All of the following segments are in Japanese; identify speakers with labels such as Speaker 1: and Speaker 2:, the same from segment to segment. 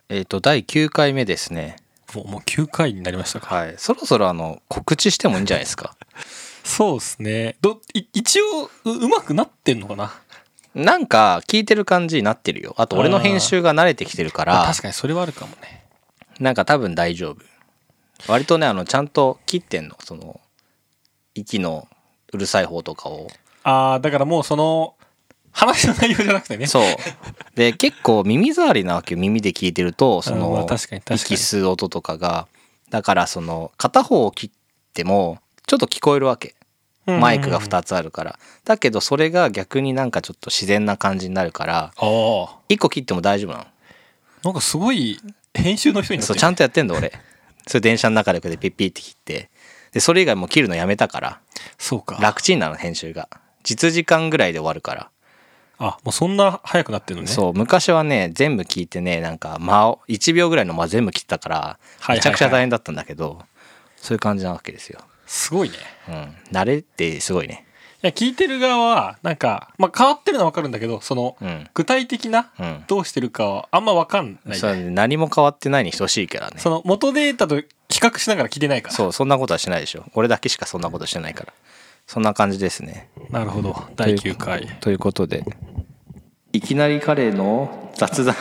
Speaker 1: 第9回目ですね。
Speaker 2: もう9回になりましたか。
Speaker 1: はい。そろそろ告知してもいいんじゃないですか。
Speaker 2: そうですね。一応うまくなってんのかな。
Speaker 1: なんか聞いてる感じになってるよ。あと俺の編集が慣れてきてるから、
Speaker 2: 確かにそれはあるかもね。
Speaker 1: なんか多分大丈夫。割とねちゃんと切ってんの、その息のうるさい方とかを。
Speaker 2: だからもうその話の内容じゃなくてね。
Speaker 1: そうで結構耳障りなわけよ。耳で聞いてるとその
Speaker 2: 確かに
Speaker 1: 息吸う音とかが、だからその片方を切ってもちょっと聞こえるわけ。マイクが2つあるから。だけどそれが逆になんかちょっと自然な感じになるから、1個切っても大丈夫なの。
Speaker 2: なんかすごい編集の人になってる。
Speaker 1: そうちゃんとやってんだ俺。それ電車の中でこうやってピッピッって切って、でそれ以外もう切るのやめたから。
Speaker 2: そうか。
Speaker 1: 楽ちんなの編集が。実時間ぐらいで終わるから。
Speaker 2: もうそんな早くなってるのね。
Speaker 1: そう昔はね全部聞いてね、なんか1秒ぐらいの間全部切ったからめちゃくちゃ大変だったんだけど、そういう感じなわけですよ。
Speaker 2: すごいね。
Speaker 1: 慣れってすごいね。
Speaker 2: いや聞いてる側はなんか、変わってるのは分かるんだけど、その、具体的などうしてるかはあんま分かんない、
Speaker 1: そう何も変わってないに等しいからね。
Speaker 2: その元データと比較しながら聞いてないから。
Speaker 1: そうそんなことはしないでしょ。俺だけしかそんなことしてないから。そんな感じですね。
Speaker 2: なるほど。第9回
Speaker 1: ということで、いきなりカレーの雑談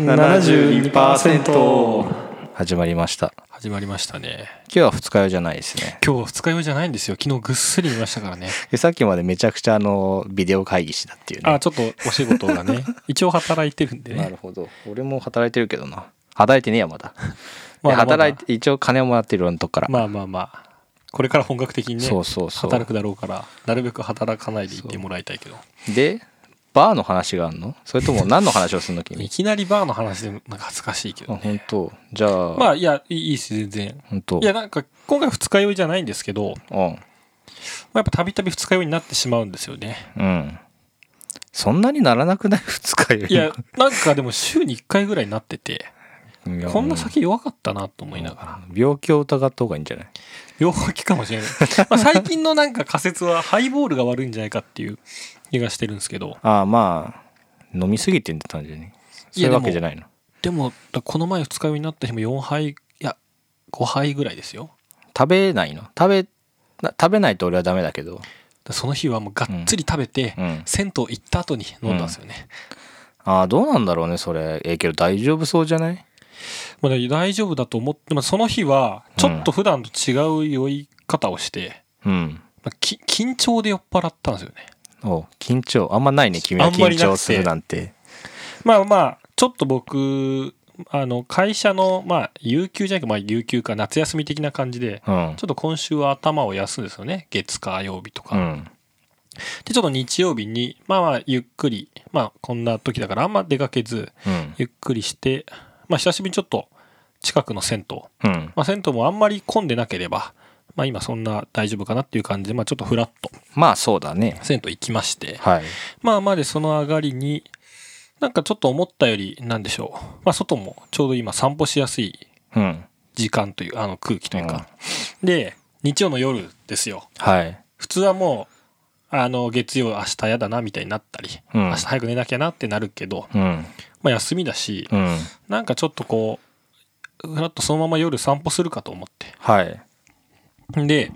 Speaker 1: 72% 始まりました。
Speaker 2: 始まりましたね。
Speaker 1: 今日は二日酔いじゃないですね。
Speaker 2: 今日は二日酔いじゃないんですよ。昨日ぐっすり見ましたからね。
Speaker 1: さっきまでめちゃくちゃビデオ会議してたっていうね。
Speaker 2: ちょっとお仕事がね一応働いてるんでね。
Speaker 1: なるほど。俺も働いてるけどな。働いてねえやまだ。働いて一応金をもらってる俺のとこから。
Speaker 2: まあこれから本格的にね
Speaker 1: そう
Speaker 2: 働くだろうから、なるべく働かないでいてもらいたいけど。
Speaker 1: でバーの話があるの？それとも何の話をするの君？
Speaker 2: いきなりバーの話でなんか恥ずかしいけどね。
Speaker 1: 本当？じゃあ
Speaker 2: いやいいです全然。
Speaker 1: 本当？
Speaker 2: いやなんか今回二日酔いじゃないんですけど、やっぱたびたび二日酔いになってしまうんですよね。
Speaker 1: そんなにならなくない二日酔い？
Speaker 2: いやなんかでも週に1回ぐらいになってて、こんな先弱かったなと思いながら。
Speaker 1: 病気を疑った方がいいんじゃない？
Speaker 2: 病気かもしれない。最近のなんか仮説はハイボールが悪いんじゃないかっていう気がしてるんですけど。
Speaker 1: 飲みすぎてんだ単純に。そういうわけじゃないの？
Speaker 2: でもこの前二日酔いになった日も4杯いや5杯ぐらいですよ。
Speaker 1: 食べないの？食べないと俺はダメだけど、
Speaker 2: その日はもうがっつり食べて、銭湯行った後に飲んだんですよね。
Speaker 1: どうなんだろうねそれ。けど大丈夫そうじゃない？
Speaker 2: 大丈夫だと思って、その日はちょっと普段と違う酔い方をして、緊張で酔っ払ったんですよね。
Speaker 1: 緊張あんまないね君は。緊張するなんて。
Speaker 2: ちょっと僕会社の有給じゃなくて有給か夏休み的な感じで、ちょっと今週は頭を休んですよね。月火曜日とか、でちょっと日曜日にゆっくりこんな時だからあんま出かけず、ゆっくりして久しぶりにちょっと近くの銭湯、銭湯もあんまり混んでなければ今そんな大丈夫かなっていう感じでちょっとフラッと
Speaker 1: そうだね
Speaker 2: 銭湯行きまして、でその上がりになんかちょっと思ったよりなんでしょう、外もちょうど今散歩しやすい時間という空気というか、で日曜の夜ですよ。普通はもう月曜明日やだなみたいになったり、明日早く寝なきゃなってなるけど、休みだし、なんかちょっとこうふらっとそのまま夜散歩するかと思って、で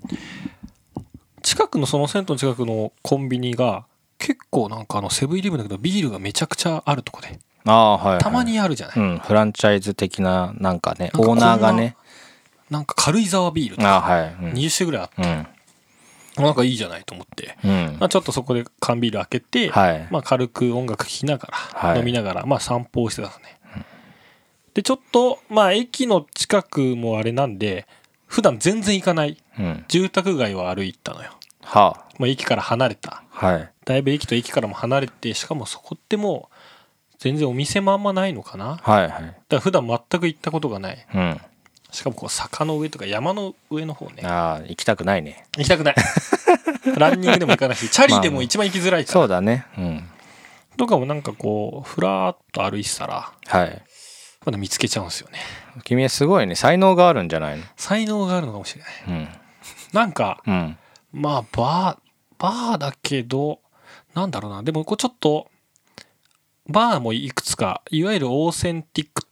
Speaker 2: 近くのその銭湯の近くのコンビニが結構なんかセブンイレブンだけどビールがめちゃくちゃあるとこで、たまにあるじゃない、フ
Speaker 1: ランチャイズ的ななんかね、オーナーがね、
Speaker 2: なんか軽井沢ビールとか20種ぐらいあって、なんかいいじゃないと思って、ちょっとそこで缶ビール開けて、軽く音楽聴きながら、飲みながら散歩をしてたんですね。でちょっと駅の近くもあれなんで普段全然行かない住宅街を歩いたのよ。駅から離れた、だいぶ駅と駅からも離れて、しかもそこってもう全然お店もあんまないのかな、だから普段全く行ったことがない、しかもこう坂の上とか山の上の方ね。
Speaker 1: 行きたくないね。
Speaker 2: 行きたくないランニングでも行かないしチャリでも一番行きづらいから、
Speaker 1: そうだね、
Speaker 2: とかもなんかこうふらーっと歩いてたら、まだ見つけちゃうんですよね。
Speaker 1: 君はすごいね、才能があるんじゃないの？
Speaker 2: 才能があるのかもしれない、なんか、バーだけどなんだろうな、でもこうちょっとバーもいくつかいわゆるオーセンティックって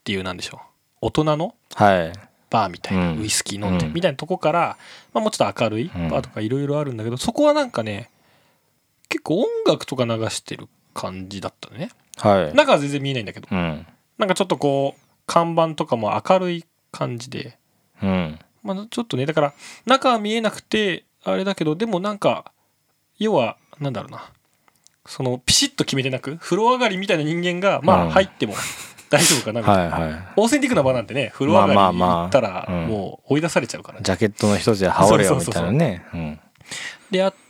Speaker 2: っていうなんでしょう大人のバーみたいな、ウイスキー飲んでみたいなとこから、まあ、もうちょっと明るいバーとかいろいろあるんだけど、そこはなんかね結構音楽とか流してる感じだったね。中は全然見えないんだけど、なんかちょっとこう看板とかも明るい感じで、まあ、ちょっとねだから中は見えなくてあれだけど、でもなんか要はなんだろうな、そのピシッと決めてなく風呂上がりみたいな人間がまあ入っても大丈夫かなみたいな、オーセンティックな場なんてね風呂上がりに行ったらもう追い出されちゃうから、ね、
Speaker 1: ジャケットの一つで羽織れよみたいなね。
Speaker 2: であって、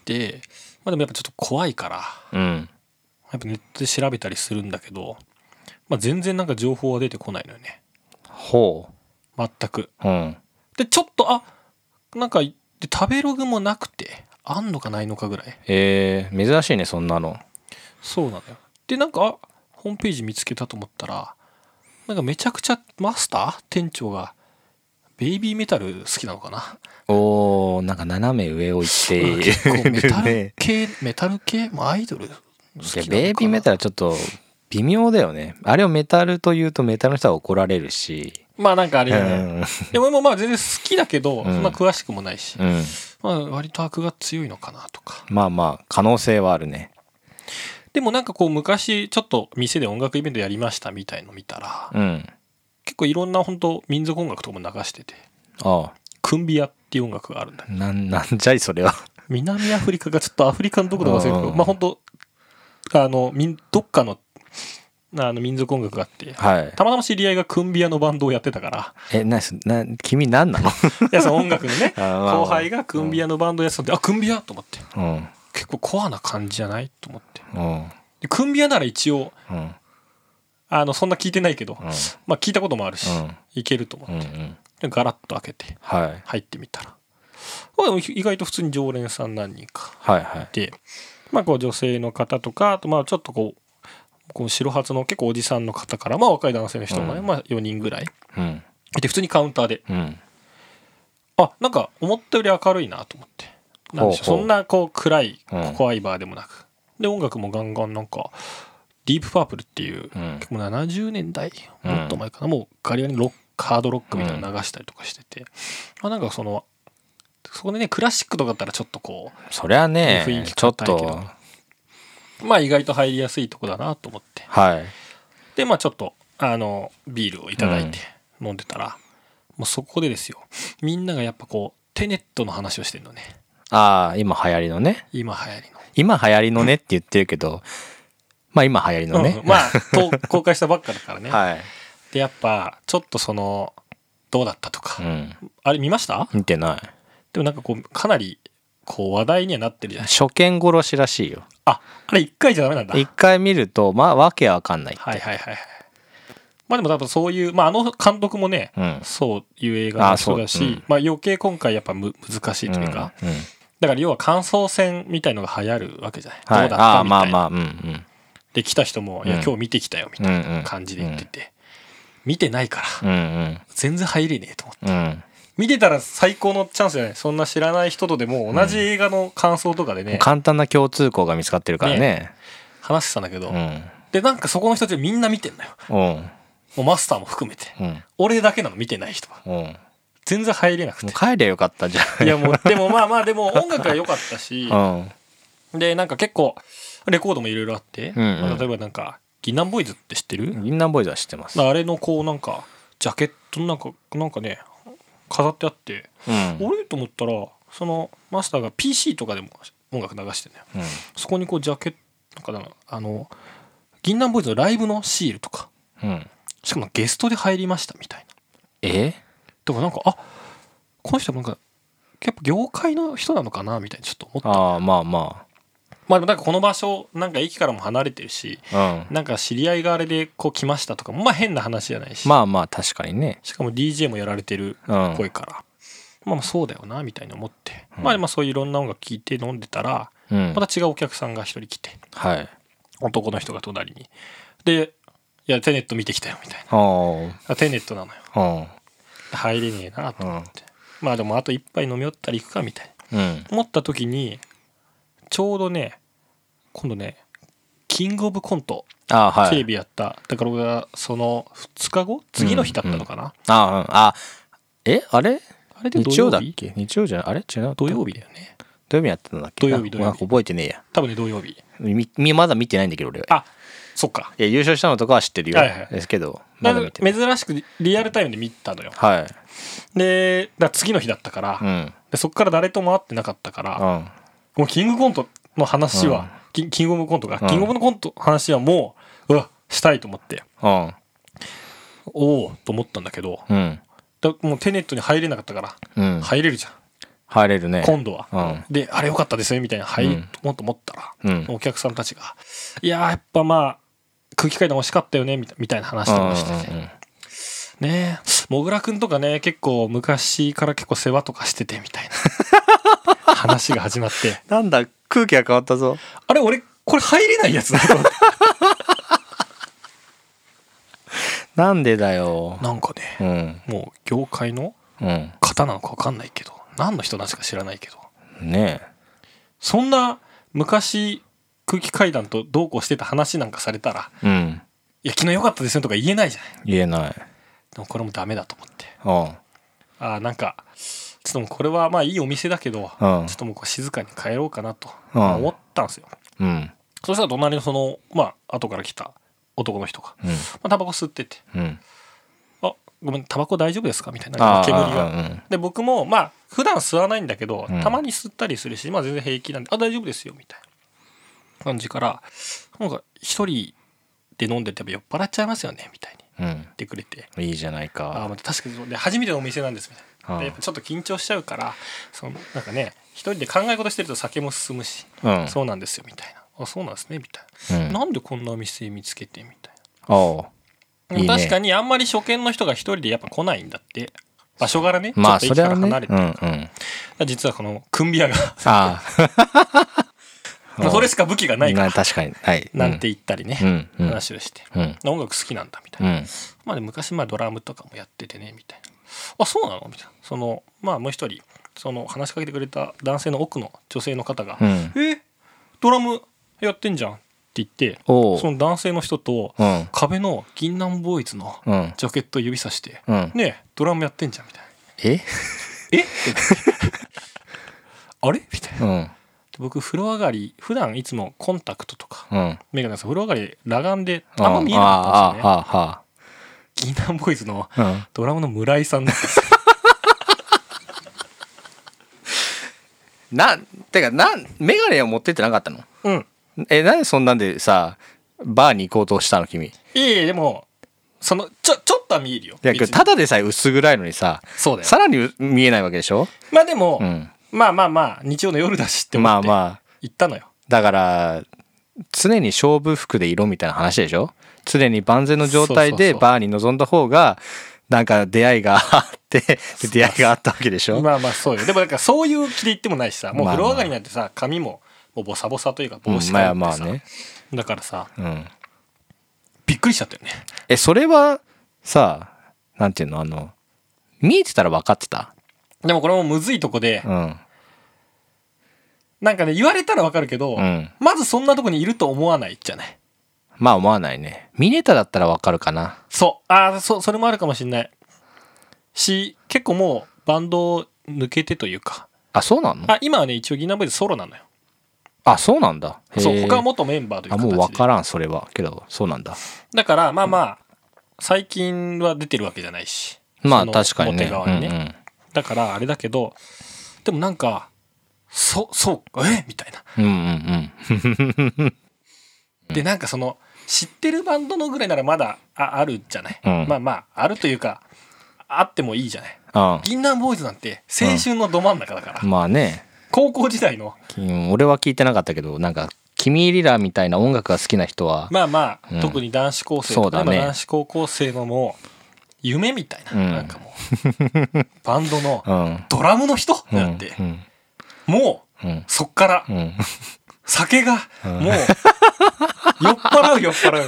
Speaker 2: まあ、でもやっぱちょっと怖いから、やっぱネットで調べたりするんだけど、まあ、全然なんか情報は出てこないのよね。全く。でちょっとなんかで食べログもなくてあんのかないのかぐらい。
Speaker 1: 珍しいねそんなの。
Speaker 2: そうなのよ。でなんかホームページ見つけたと思ったらなんかめちゃくちゃマスター店長がベイビーメタル好きなのかな。
Speaker 1: なんか斜め上を行っている、
Speaker 2: 結構メタル系もアイドル好きなのかな。
Speaker 1: ベイビーメタルはちょっと微妙だよね。あれをメタルというとメタルの人は怒られるし、
Speaker 2: まあなんかあれよね、でもまあ全然好きだけど、そんな詳しくもないし、まあ割と悪が強いのかなとか。
Speaker 1: まあ可能性はあるね。
Speaker 2: でもなんかこう昔ちょっと店で音楽イベントやりましたみたいの見たら、結構いろんな本当民族音楽とかも流してて、クンビアっていう音楽があるんだよ。
Speaker 1: なんじゃいそれは。
Speaker 2: 南アフリカがちょっとアフリカのどこだか忘れるけど、まあ本当どっかの民族音楽があって、たまたま知り合いがクンビアのバンドをやってたから。
Speaker 1: 君何なの？い
Speaker 2: やその音楽のね後輩がクンビアのバンドをやってたんで、クンビアと思って、結構コアな感じじゃないと思って、でクンビアなら一応、そんな聞いてないけど、まあ聞いたこともあるし、いけると思って、でガラッと開けて入ってみたら、意外と普通に常連さん何人かいて、まあこう女性の方とか、あとまあちょっとこう白髪の結構おじさんの方から、まあ若い男性の人もね、まあ4人ぐらいいて、普通にカウンターで、なんか思ったより明るいなと思って、なんでしょう、そんなこう暗い怖いバーでもなく、で音楽もガンガンなんかディープパープルっていう、結構70年代もっと前かな、もうガリガリにハードロックみたいなの流したりとかしてて、なんかそこでねクラシックとかだったらちょっとこう
Speaker 1: そりゃね
Speaker 2: 雰囲気ちょっとまあ意外と入りやすいとこだなと思って、でまあちょっとビールをいただいて飲んでたら、もうそこでですよ、みんながやっぱこうテネットの話をしてるのね。
Speaker 1: 今流行りのねって言ってるけど、まあ今流行りのね、
Speaker 2: まあ公開したばっかだからね。でやっぱちょっとどうだったとか、あれ見ました？
Speaker 1: 見てない。
Speaker 2: でもなんかこうかなりこう話題にはなってるじゃない。
Speaker 1: 初見殺しらしいよ。
Speaker 2: あれ1回じゃダメなんだ。
Speaker 1: 1回見るとまあわけわかんないって。
Speaker 2: まあでも多分そういう、まあ監督もね、そういう映画の人だし、まあ余計今回やっぱ難しいというか、だから要は感想戦みたいのが流行るわけじゃない。どうだったみたいな。で来た人もいや今日見てきたよみたいな感じで言ってて、見てないから全然入れねえと思って。見てたら最高のチャンスじゃない。そんな知らない人とでも同じ映画の感想とかでね、
Speaker 1: 簡単な共通項が見つかってるからね
Speaker 2: 話してたんだけど、でなんかそこの人たちみんな見てんのよ。もうマスターも含めて、俺だけなの見てない人は、全然入れなくて。
Speaker 1: もう帰りゃよかったじゃん。
Speaker 2: いやもうでもまあでも音楽は良かったし、でなんか結構レコードもいろいろあって、例えばなんか銀杏ボーイズって知ってる？
Speaker 1: 銀杏ボーイズは知ってます。
Speaker 2: あれのこうなんかジャケットなんかね飾ってあって、俺と思ったらそのマスターが PC とかでも音楽流してんだよ、そこにこうジャケットなんか銀杏ボーイズのライブのシールとか、しかもゲストで入りましたみたいな。だからなんかこの人なんかやっぱ業界の人なのかなみたいにちょっと思った。まあでもなんかこの場所なんか駅からも離れてるし、なんか知り合いがあれでこう来ましたとかまあ変な話じゃないし、
Speaker 1: まあ確かにね。
Speaker 2: しかも DJ もやられてるっぽいから、まあそうだよなみたいに思って、まあそういういろんな音楽聴いて飲んでたら、また違うお客さんが一人来て、男の人が隣にで、いやテネット見てきたよみたいな。テネットなのよ。入れねえなと思って、まあでもあと一杯飲み寄ったら行くかみたいな、思った時にちょうどね今度ね鬼キングオブコント
Speaker 1: はい、
Speaker 2: テレビやった。だから俺がその2日後次の日だったのかな、
Speaker 1: あれ
Speaker 2: あれで
Speaker 1: 日曜だっけ？日曜じゃない、あれ違う、
Speaker 2: 土曜日だよね。
Speaker 1: 土曜日やってたんだっけ？
Speaker 2: 土曜日
Speaker 1: なんか覚えてねえや。
Speaker 2: 多分ね土曜日。
Speaker 1: まだ見てないんだけど俺。
Speaker 2: あ、そっか。
Speaker 1: いや優勝したのとかは知ってるよ。ですけど
Speaker 2: まだ見てない。珍しくリアルタイムで見たのよ。
Speaker 1: はい。
Speaker 2: で次の日だったから、でそっから誰とも会ってなかったから、もうキングコントの話は、キングオブコントが、キングオブのコントの話はもうしたいと思って、おおと思ったんだけど、もうテネットに入れなかったから、入れるじゃん。
Speaker 1: 入れるね
Speaker 2: 今度は、であれ良かったですねみたいな入ると思ったら、お客さんたちがいややっぱまあ空気階段惜しかったよねみたいな話とかしてて、ねえもぐらくんとかね結構昔から結構世話とかしててみたいな話が始まって
Speaker 1: なんだ空気が変わったぞ。
Speaker 2: あれ俺これ入れないやつだよ
Speaker 1: なんでだよ。
Speaker 2: なんかね、もう業界の方なのか分かんないけど、何の人なんしか知らないけど
Speaker 1: ねえ、
Speaker 2: そんな昔空気階段とどうこうしてた話なんかされたら、いや昨日良かったですよとか言えないじゃない。
Speaker 1: 言えない。
Speaker 2: でもこれもダメだと思って、なんかちょっともうこれはまあいいお店だけど、ちょっともうこう静かに帰ろうかなと思ったんですよ。そしたら隣のその後から来た男の人がタバコ吸ってて、あごめんタバコ大丈夫ですかみたいな煙が、で僕も普段吸わないんだけど、たまに吸ったりするし全然平気なんで大丈夫ですよみたいな感じから、なんか一人で飲んでても酔っ払っちゃいますよねみたいに言ってくれて、
Speaker 1: いいじゃないか。
Speaker 2: 確かにで初めてのお店なんですみたいな。でやっぱちょっと緊張しちゃうからなんかね一人で考え事してると酒も進むし、そうなんですよみたいな、そうなんですねみたいな、なんでこんなお店見つけてみたいな。いいね、確かにあんまり初見の人が一人でやっぱ来ないんだって、場所柄ね、ちょっと駅から離れてるから、実はこのクンビアがそれしか武器がないから
Speaker 1: 確かに、
Speaker 2: なんて言ったりね、話をして、音楽好きなんだみたいな、で昔ドラムとかもやっててねみたいな、あそうなのみたいな、もう一人話しかけてくれた男性の奥の女性の方が、ドラムやってんじゃんって言って、その男性の人と壁の銀杏ボーイズのジャケットを指さして、ねえドラムやってんじゃんみたいな、えあれみたいな、僕風呂上がり普段いつもコンタクトとかメガネさん風呂上がり裸眼であんま見えなかったんですよね。銀杏ボーイズのドラムの村井さんなんですよ
Speaker 1: メガネを持ってってなかったの？なんでそんなんでさバーに行こうとしたの君？
Speaker 2: でもちょっとは見えるよ。
Speaker 1: いやただでさえ薄暗いのにさ、
Speaker 2: そうだよ、
Speaker 1: さらに見えないわけでしょ。
Speaker 2: でも、日曜の夜だしって思って行ったのよ。
Speaker 1: だから常に勝負服で色みたいな話でしょ。常に万全の状態でバーに臨んだ方がなんか出会いがあって出会いがあったわけでしょ。
Speaker 2: そうよ。でもそういう気で言ってもないしさ、もう風呂上がりになってさ髪もボサボサというか帽子かぶってさ、だからさ、びっくりしちゃったよね。
Speaker 1: それはさ、なんていうの、見えてたら分かってた？
Speaker 2: でもこれもむずいとこで、なんかね言われたら分かるけど、まずそんなとこにいると思わないじゃない。
Speaker 1: 思わないね。ミネタだったら分かるかな。
Speaker 2: それもあるかもしれないし、結構もうバンド抜けてというか。
Speaker 1: そうなの？
Speaker 2: 今はね一応銀杏ボーイズソロなのよ。
Speaker 1: そうなんだ。
Speaker 2: 他は元メンバーという形で。
Speaker 1: もう分からんそれはけど、そうなんだ。
Speaker 2: だから最近は出てるわけじゃないし、
Speaker 1: 確かにね、
Speaker 2: 表側にね、だからあれだけど、でもなんかそうみたいな、でなんか知ってるバンドのぐらいならまだあるじゃない、あるというかあってもいいじゃない。銀杏ボーイズなんて青春のど真ん中だから、高校時代の、
Speaker 1: 俺は聞いてなかったけど、なんかキミリラみたいな音楽が好きな人は
Speaker 2: 特に男子高生とか、男子高校生のもう夢みたいな、なんかもうバンドのドラムの人ってなって、もうそっから酒がもう酔っ払う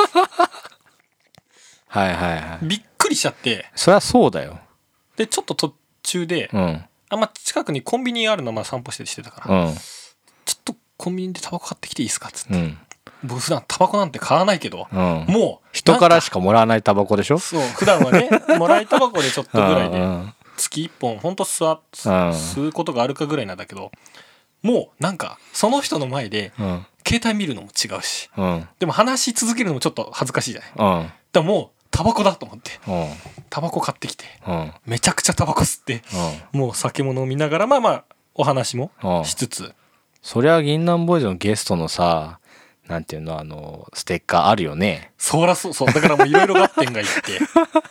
Speaker 2: びっくりしちゃって。
Speaker 1: そりゃそうだよ。
Speaker 2: でちょっと途中で、近くにコンビニあるの散歩してたから、ちょっとコンビニでタバコ買ってきていいですかっつって、 僕普段タバコなんて買わないけど、もう
Speaker 1: 人からしかもらわないタバコでしょ。
Speaker 2: そう普段はねもらいタバコでちょっとぐらいで月1本ほんと吸うことがあるかぐらいなんだけど、もうなんかその人の前で携帯見るのも違うし、でも話し続けるのもちょっと恥ずかしいじゃない。だからもうタバコだと思ってタバコ買ってきてめちゃくちゃタバコ吸ってもう酒も飲みながらまあお話もしつつ、
Speaker 1: そりゃ銀杏ボーイズのゲストのさ、なんていうの、ステッカーあるよね。
Speaker 2: そらそうだからもういろいろ合点がいって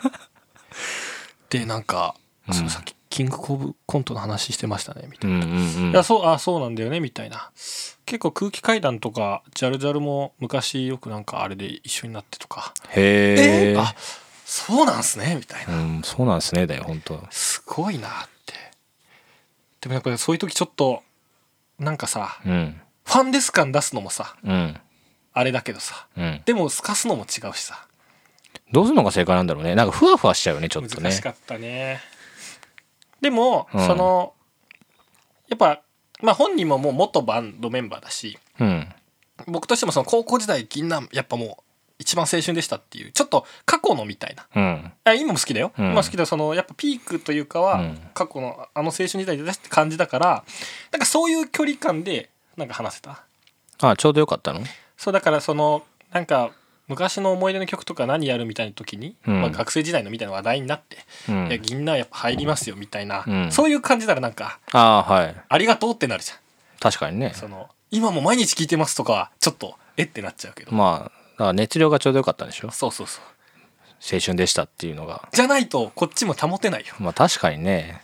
Speaker 2: でなんかそのさっきキングオブコントの話してましたねみたいな、いやそうなんだよねみたいな。結構空気階段とかジャルジャルも昔よくなんかあれで一緒になってとか、
Speaker 1: へえ、
Speaker 2: あそうなんすねみたいな、
Speaker 1: そうなんすねだよ本当。
Speaker 2: すごいなって。でもなんかそういう時ちょっとなんかさ、ファンデス感出すのもさ、あれだけどさ、でも透かすのも違うしさ、
Speaker 1: どうするのが正解なんだろうね。なんかふわふわしちゃうよねちょっとね。
Speaker 2: 難しかったね。でも、そのやっぱまあ本人ももう元バンドメンバーだし、僕としてもその高校時代銀杏やっぱもう一番青春でしたっていうちょっと過去のみたいな、今も好きだよ、今好きだよ。そのやっぱピークというかは過去の青春時代で出して感じだから、なんかそういう距離感でなんか話せた。
Speaker 1: ちょうどよかったの。
Speaker 2: そうだからそのなんか昔の思い出の曲とか何やるみたいな時に、学生時代のみたいな話題になって、いや銀杏やっぱ入りますよみたいな、そういう感じならなんかありがとうってなるじゃん。
Speaker 1: 確かにね。
Speaker 2: その今も毎日聞いてますとかはちょっとってなっちゃうけど、
Speaker 1: まあだから熱量がちょうどよかったんでしょ。
Speaker 2: そう
Speaker 1: 青春でしたっていうのが
Speaker 2: じゃないとこっちも保てないよ。
Speaker 1: まあ確かにね。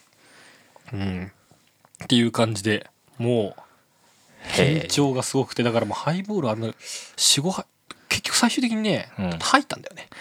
Speaker 2: っていう感じでもう緊張がすごくて、だからもうハイボール4,5杯結局最終的にね、入ったんだよね。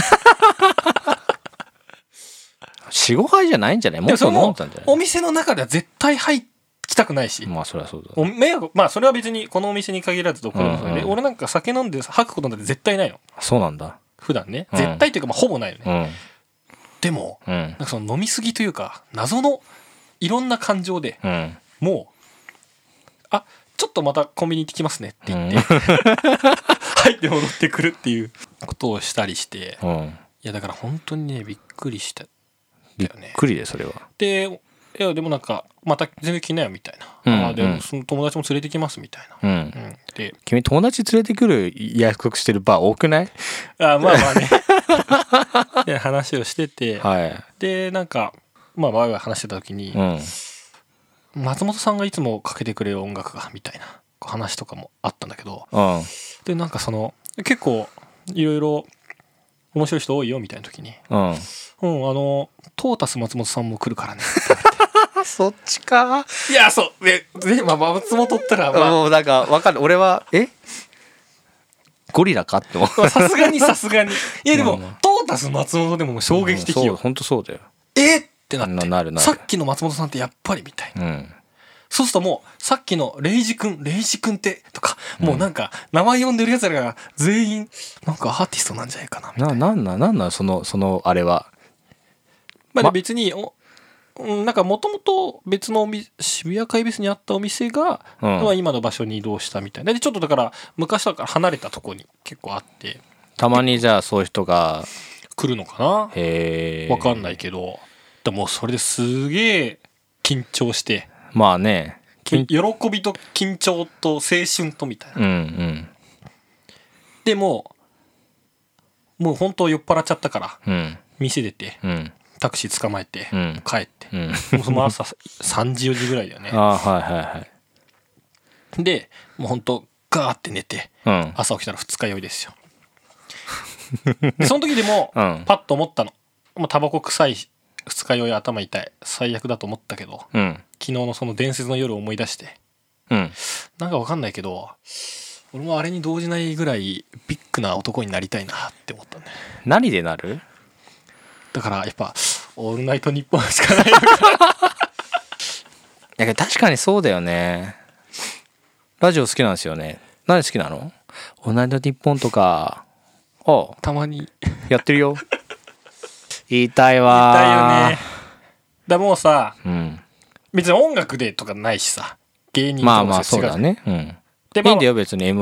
Speaker 1: 4,5 杯じゃないんじゃない。もっと飲んだんじゃない。
Speaker 2: お店の中では絶対入きたくないし、
Speaker 1: まあそれはそうだ。
Speaker 2: 迷惑、まあそれは別にこのお店に限らずどこでもそうで、俺なんか酒飲んで吐くことなんて絶対ないの。
Speaker 1: そうなんだ。
Speaker 2: 普段ね、絶対というかまあほぼないよね。でも、なんかその飲みすぎというか謎のいろんな感情で、もうちょっとまたコンビニ行ってきますねって言って、入って戻ってくるっていうことをしたりして、いやだから本当にねびっくりしたよね。
Speaker 1: びっくりでそれは。
Speaker 2: でいやでもなんかまた全然来なよみたいな、でもその友達も連れてきますみたいな、
Speaker 1: で君友達連れてくる約束してるバー多くない？
Speaker 2: まあねで話をしてて、でなんかまあワイワイ話してた時に、松本さんがいつもかけてくれる音楽がみたいな話とかもあったんだけど、でなんかその結構いろいろ面白い人多いよみたいな時に、トータス松本さんも来るからね
Speaker 1: そっちか。
Speaker 2: いやそうでまあ松本ったら
Speaker 1: もうなんか分かる。俺はゴリラかって思う。
Speaker 2: さすがにいやでもトータス松本でも衝撃的よ。
Speaker 1: 本当そうだよ。
Speaker 2: ってなって
Speaker 1: なる
Speaker 2: さっきの松本さんってやっぱりみたいな、そうするともうさっきのレイジ君ってとか、もうなんか名前呼んでるやつらが全員なんかアーティストなんじゃないかなみたいな。
Speaker 1: なんそのあれは。
Speaker 2: まあ別になんかもともと別の渋谷会ベースにあったお店が、今の場所に移動したみたいな。でちょっとだから昔だから離れたとこに結構あって、
Speaker 1: たまにじゃあそういう人が
Speaker 2: 来るのかな。わかんないけど、でもそれですげえ緊張して、
Speaker 1: まあね、
Speaker 2: 喜びと緊張と青春とみたいな、でもう本当酔っ払っちゃったから、店出て、タクシー捕まえて、帰って、もうその朝3時4時ぐらいだよね。でもう本当ガーって寝て、朝起きたら二日酔いですよ。でその時でも、パッと思ったの、もうタバコ臭い二日酔い頭痛い最悪だと思ったけど、昨日のその伝説の夜を思い出して、なんかわかんないけど俺もあれに動じないぐらいビッグな男になりたいなって思ったね。
Speaker 1: 何でなる？
Speaker 2: だからやっぱオールナイトニッポンしかないのか
Speaker 1: いや確かにそうだよね。ラジオ好きなんですよね。何好きなの？オールナイトニッポンとか
Speaker 2: たまに
Speaker 1: やってるよ言いたいわ。
Speaker 2: 言いたいよね。だもうさ、別に音楽でとかないしさ、芸人とか
Speaker 1: まあそうだね。でいいんだよ別に M1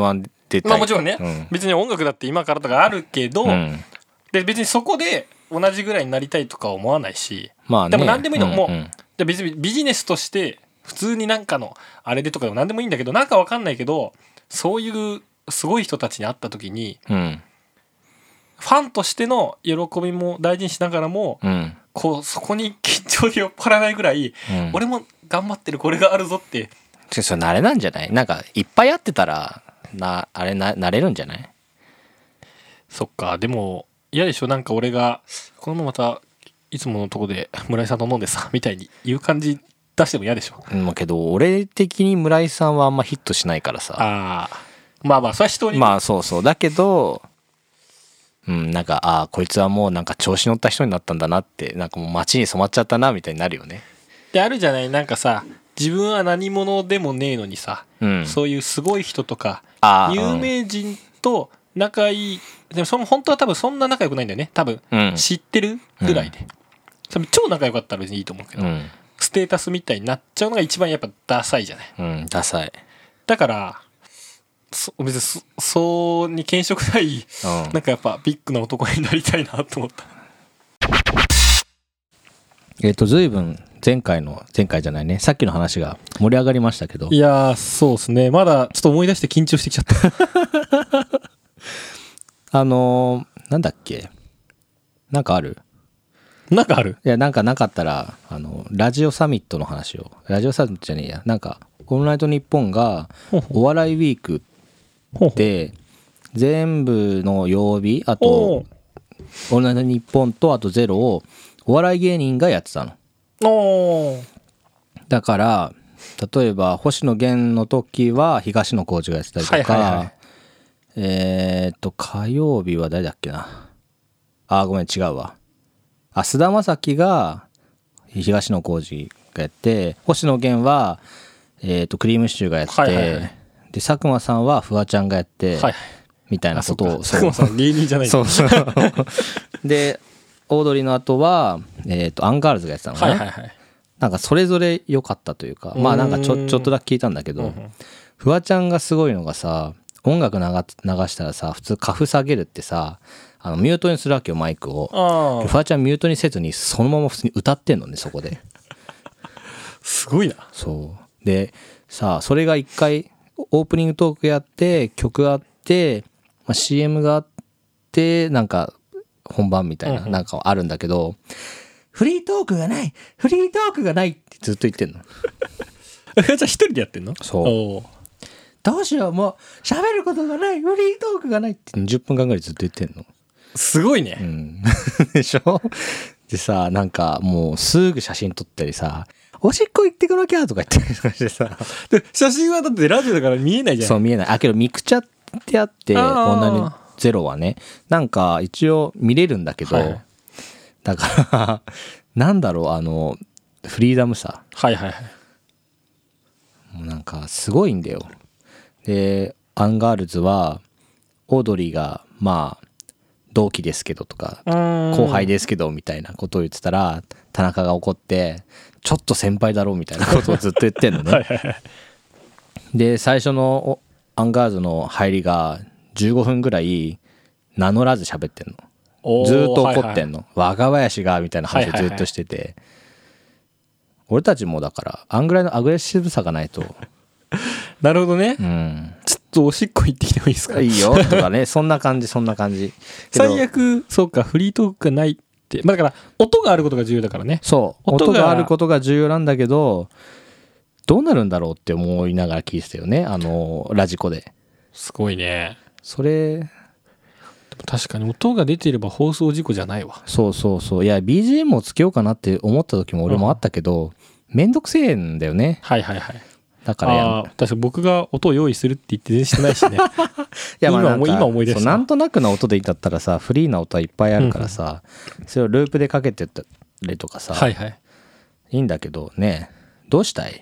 Speaker 1: 出たい。
Speaker 2: まあもちろんね、別に音楽だって今からとかあるけど、で別にそこで同じぐらいになりたいとかは思わないし、
Speaker 1: まあね、
Speaker 2: でも何でもいいの、もうで別にビジネスとして普通になんかのあれでとかでも何でもいいんだけど、なんかわかんないけど、そういうすごい人たちに会った時に、ファンとしての喜びも大事にしながらも、こうそこに緊張で酔っ払わないぐらい、俺も頑張ってるこれがあるぞって。
Speaker 1: それ慣れなんじゃない？なんかいっぱい会ってたらなれるんじゃない？
Speaker 2: そっか。でも嫌でしょ、なんか俺がこのままたいつものとこで村井さんと飲んでさみたいに言う感じ出しても嫌でしょ。
Speaker 1: まあけど俺的に村井さんはあんまヒットしないからさ。
Speaker 2: まあそれは人に、
Speaker 1: まあそうだけど、なんかこいつはもうなんか調子乗った人になったんだなって、なんかもう街に染まっちゃったなみたいになるよね。で
Speaker 2: あるじゃない、なんかさ、自分は何者でもねえのにさ、そういうすごい人とか有名人と仲いい、でも本当は多分そんな仲良くないんだよね多分、知ってるぐらいで、多分超仲良かったら別にいいと思うけど、ステータスみたいになっちゃうのが一番やっぱダサいじゃない。
Speaker 1: ダサい。
Speaker 2: だから別にそうに見識ない、なんかやっぱビッグな男になりたいなと思った。
Speaker 1: 随分前回じゃないね、さっきの話が盛り上がりましたけど。
Speaker 2: いやそうですね、まだちょっと思い出して緊張してきちゃった
Speaker 1: なんだっけ、なんかあるいやなんかなかったらラジオサミットの話を、ラジオサミットじゃねえや、なんかオールナイトニッポンがお笑いウィークで全部の曜日、あとオールナイトニッポンとあとゼロをお笑い芸人がやってたの。だから例えば星野源の時は東野幸治がやってたりとか、火曜日は誰だっけな、ごめん違うわ、菅田将暉が東野幸治がやって、星野源はクリームシチューがやって、で佐久間さんはフワちゃんがやって、みたいなことを。
Speaker 2: 佐久間さん芸人じゃないんだ。
Speaker 1: そうでオードリーの後はアンガールズがやってたのかな、なんかそれぞれ良かったというか、まあなんかちょっとだけ聞いたんだけど、フワちゃんがすごいのがさ、音楽流したらさ、普通カフ下げるってさ、ミュートにするわけよマイクを。フワちゃんミュートにせずにそのまま普通に歌ってんのね、そこで。
Speaker 2: すごいな。
Speaker 1: そうでさ、それが一回オープニングトークやって曲あって、CM があってなんか本番みたいななんかあるんだけど、フリートークがないってずっと言ってんの。
Speaker 2: じゃあ一人でやってんの？
Speaker 1: そう。どうしよう、もう喋ることがない、フリートークがないって20分間ぐらいずっと言ってんの。
Speaker 2: すごいね。
Speaker 1: でしょ？でさ、なんかもうすぐ写真撮ったりさ、おしっこ行ってこなきゃとか言ったりとかしてさ。
Speaker 2: で写真はだってラジオだから見えないじゃん。
Speaker 1: そう見えない。けどミクチャってあって、同じゼロはね、なんか一応見れるんだけど、だからなんだろう、フリーダムさ。もうなんかすごいんだよ。でアンガールズはオードリーがまあ同期ですけどとか後輩ですけどみたいなことを言ってたら、田中が怒ってちょっと先輩だろうみたいなことをずっと言ってんのね。で最初のアンガールズの入りが15分ぐらい名乗らず喋ってんの。ずっと怒ってんの。若林がみたいな話をずっとしてて、俺たちもだからあんぐらいのアグレッシブさがないと。
Speaker 2: なるほどね。ちょっとおしっこ行ってきてもいいですか？
Speaker 1: いいよとかね。そんな感じ。
Speaker 2: 最悪そうか、フリートークがないって、だから音があることが重要だからね。
Speaker 1: そう音があることが重要なんだけど、どうなるんだろうって思いながら聞いてたよね、ラジコで。
Speaker 2: すごいね。
Speaker 1: それでも
Speaker 2: 確かに音が出ていれば放送事故じゃないわ。
Speaker 1: そういや BGM をつけようかなって思った時も俺もあったけど、めんどくせえんだよね。だから
Speaker 2: 確かに僕が音を用意するって言って全然してないしね。
Speaker 1: いや今
Speaker 2: 思い出した。
Speaker 1: なんとなくな音でいいんだったらさ、フリーな音はいっぱいあるからさ、それをループでかけてったりとかさ、いいんだけどね。どうしたい？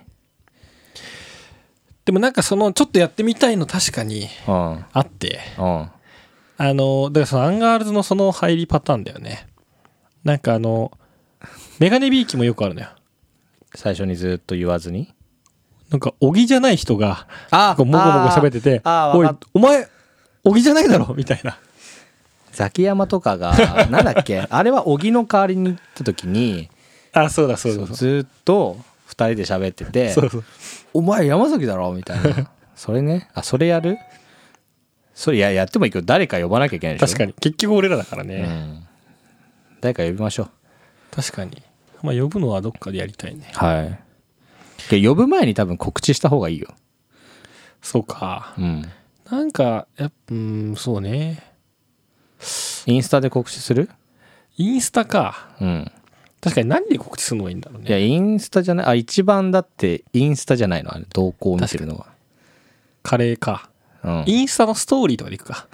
Speaker 2: でもなんかそのちょっとやってみたいの確かにあって、だからそのアンガールズのその入りパターンだよね。なんかメガネビーキもよくあるのよ。
Speaker 1: 最初にずっと言わずに、
Speaker 2: なんか小木じゃない人がもごもご喋ってて、おいお前小木じゃないだろみたいな。
Speaker 1: ザキヤマとかがなんだっけあれは小木の代わりに行った時に
Speaker 2: そうだ
Speaker 1: ずっと2人で喋っててお前山崎だろみたいなそれねそれやるそれやってもいいけど誰か呼ばなきゃいけないでしょ。
Speaker 2: 確かに結局俺らだからね、
Speaker 1: 誰か呼びましょう。
Speaker 2: 確かにまあ呼ぶのはどっかでやりたいね。
Speaker 1: はい呼ぶ前に多分告知した方がいいよ。
Speaker 2: そうかなんかそうね
Speaker 1: インスタで告知する？
Speaker 2: インスタか確かに何で告知するのがいいんだろうね。
Speaker 1: いやインスタじゃない一番だってインスタじゃないのあれ動向を見てるのは
Speaker 2: カレーか、インスタのストーリーとかでいくか。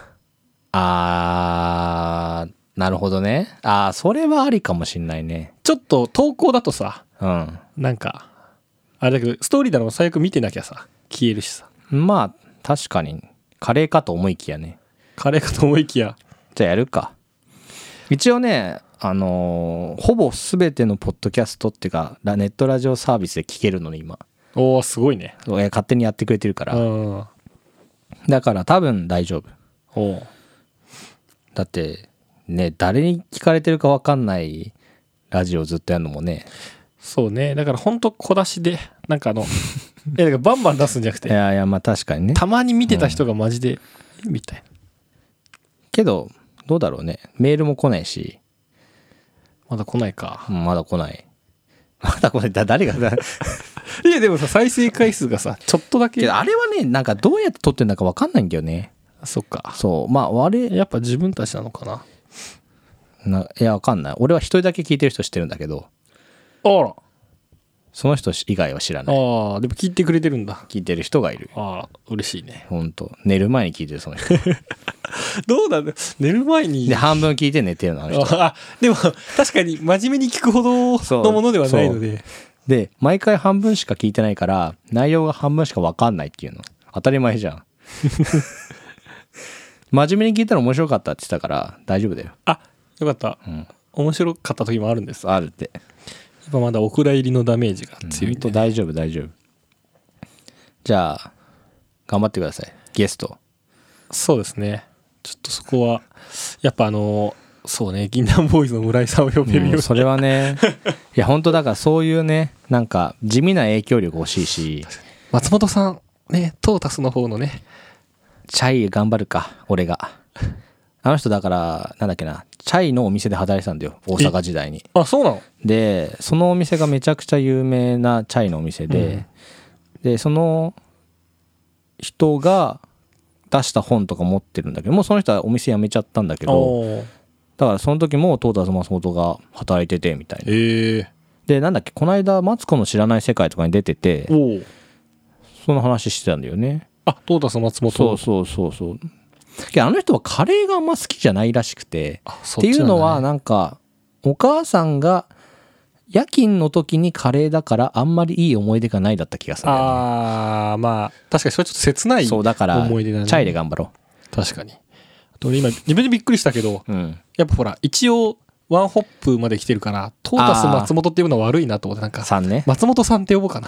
Speaker 1: なるほどね。それはありかもしんないね。
Speaker 2: ちょっと投稿だとさなんかあれだけどストーリーだろ最悪見てなきゃさ消えるしさ。
Speaker 1: まあ確かにカレーかと思いきやね。
Speaker 2: カレーかと思いきや。
Speaker 1: じゃあやるか。一応ねほぼ全てのポッドキャストっていうかネットラジオサービスで聞けるのね今。
Speaker 2: おーすごいね。
Speaker 1: 勝手にやってくれてるからだから多分大丈夫。だってね誰に聞かれてるか分かんないラジオずっとやるのもね。
Speaker 2: そうねだからほんと小出しでなんかだからバンバン出すんじゃなくて
Speaker 1: いやまあ確かにね
Speaker 2: たまに見てた人がマジでみたいな。
Speaker 1: けどどうだろうねメールも来ないし。
Speaker 2: まだ来ないか。
Speaker 1: まだ来ない誰が
Speaker 2: いやでもさ再生回数がさちょっとだけ。
Speaker 1: けどあれはねなんかどうやって撮ってんだか分かんないんだよね。
Speaker 2: そっか。
Speaker 1: そうまあ
Speaker 2: やっぱ自分たちなのかな。
Speaker 1: いや分かんない。俺は一人だけ聞いてる人知ってるんだけどその人以外は知らない。
Speaker 2: でも聞いてくれてるんだ。
Speaker 1: 聞いてる人がいる。
Speaker 2: 嬉しいね。
Speaker 1: ほんと寝る前に聞いてるその人
Speaker 2: どうだね寝る前に
Speaker 1: で半分聞いて寝てるのあの人
Speaker 2: でも確かに真面目に聞くほどのものではないので
Speaker 1: で毎回半分しか聞いてないから内容が半分しか分かんないっていうの当たり前じゃん真面目に聞いたら面白かったって言ってたから大丈夫だよ。
Speaker 2: よかった、面白かった時もあるんです。
Speaker 1: あるって。
Speaker 2: やっぱまだお蔵入りのダメージが強いんで、
Speaker 1: 大丈夫じゃあ頑張ってくださいゲスト。
Speaker 2: そうですねちょっとそこはやっぱそうね銀杏ボーイズの村井さんを呼べるように、
Speaker 1: それはねいや本当だからそういうねなんか地味な影響力欲しいし
Speaker 2: 松本さんねトータスの方のね
Speaker 1: チャイ頑張るか俺があの人だからなんだっけなチャイのお店で働いてたんだよ大阪時代に。
Speaker 2: そうなの。
Speaker 1: でそのお店がめちゃくちゃ有名なチャイのお店で、でその人が出した本とか持ってるんだけどもうその人はお店辞めちゃったんだけどだからその時もトータス松本が働いててみたいな。でなんだっけこの間マツコの知らない世界とかに出ててその話してたんだよね。
Speaker 2: トータス松本。
Speaker 1: そうあの人はカレーがあんま好きじゃないらしくてっていうのはなんかお母さんが夜勤の時にカレーだからあんまりいい思い出がないだった気がするんだよね。
Speaker 2: まあ確かにそれちょっと切ない思い出だね。
Speaker 1: チャイで頑張ろ
Speaker 2: う。確かに。俺今自分でびっくりしたけど、やっぱほら一応ワンホップまで来てるからトータス松本っていうのは悪いなと思ってなんか松本さんって呼ぼうかな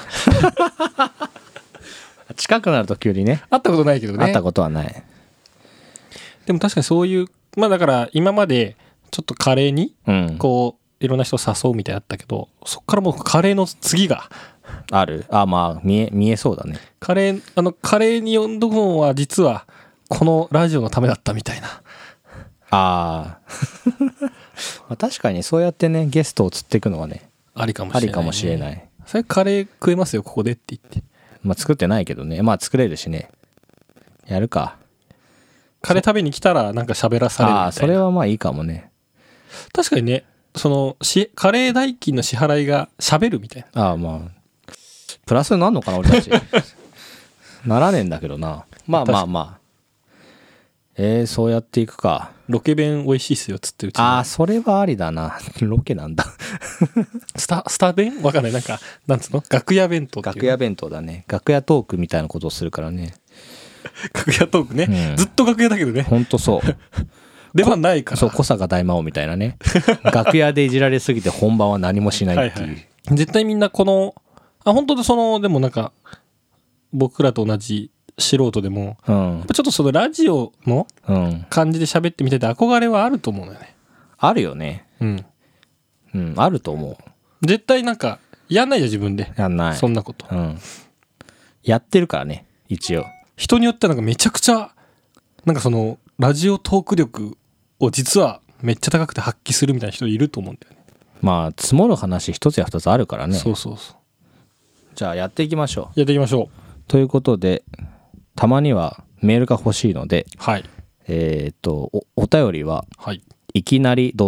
Speaker 1: 近くなると急にね
Speaker 2: 会ったことないけどね。
Speaker 1: 会ったことはない。
Speaker 2: でも確かにそういうだから今までちょっとカレーにこういろんな人を誘うみたいなあったけどそっからもうカレーの次が
Speaker 1: ある。まあ見えそうだね。
Speaker 2: カレーに呼んどくのは実はこのラジオのためだったみたいな。
Speaker 1: まあ確かにそうやってねゲストを釣っていくのはね
Speaker 2: ありかもしれない。それカレー食えますよここでって言って。
Speaker 1: 作ってないけどね作れるしねやるか。
Speaker 2: カレー食べに来たらなんか喋らされるみたいな。
Speaker 1: それはまあいいかもね。
Speaker 2: 確かにねカレー代金の支払いが喋るみたいな。
Speaker 1: まあプラスになるのかな俺たちならねえんだけどな。まあそうやっていくか。
Speaker 2: ロケ弁美味しいっすよつってうちの
Speaker 1: それはありだなロケなんだ
Speaker 2: スタ弁わかんないなんつうの楽屋弁当っていう。
Speaker 1: 楽屋弁当だね。楽屋トークみたいなことをするからね
Speaker 2: 楽屋トークね、ずっと楽屋だけどね。
Speaker 1: ほんとそう
Speaker 2: 出番ないから。
Speaker 1: そう小坂大魔王みたいなね楽屋でいじられすぎて本番は何もしないっていう。
Speaker 2: 絶対みんなこの本当ででもなんか僕らと同じ素人でも、やっぱちょっとそのラジオの感じで喋ってみてて憧れはあると思うのよね。
Speaker 1: あるよね。あると思う。
Speaker 2: 絶対なんかやんないじゃん自分で。
Speaker 1: やんない。
Speaker 2: そんなこと。
Speaker 1: やってるからね一応。
Speaker 2: 人によってはなんかめちゃくちゃなんかそのラジオトーク力を実はめっちゃ高くて発揮するみたいな人いると思うんだよね。
Speaker 1: まあ積もる話一つや二つあるからね。
Speaker 2: そう。
Speaker 1: じゃあやっていきましょ
Speaker 2: う。
Speaker 1: ということでたまにはメールが欲しいので、
Speaker 2: はい。
Speaker 1: お便りは、
Speaker 2: はい、
Speaker 1: いきなり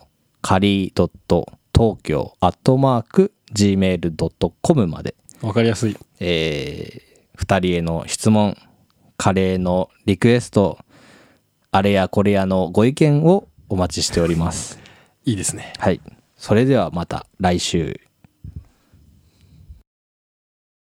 Speaker 1: .kari.tokyo@gmail.com まで。
Speaker 2: わかりやすい。
Speaker 1: 2人への質問、カレーのリクエスト、あれやこれやのご意見をお待ちしております。
Speaker 2: いいですね。
Speaker 1: はい。それではまた来週。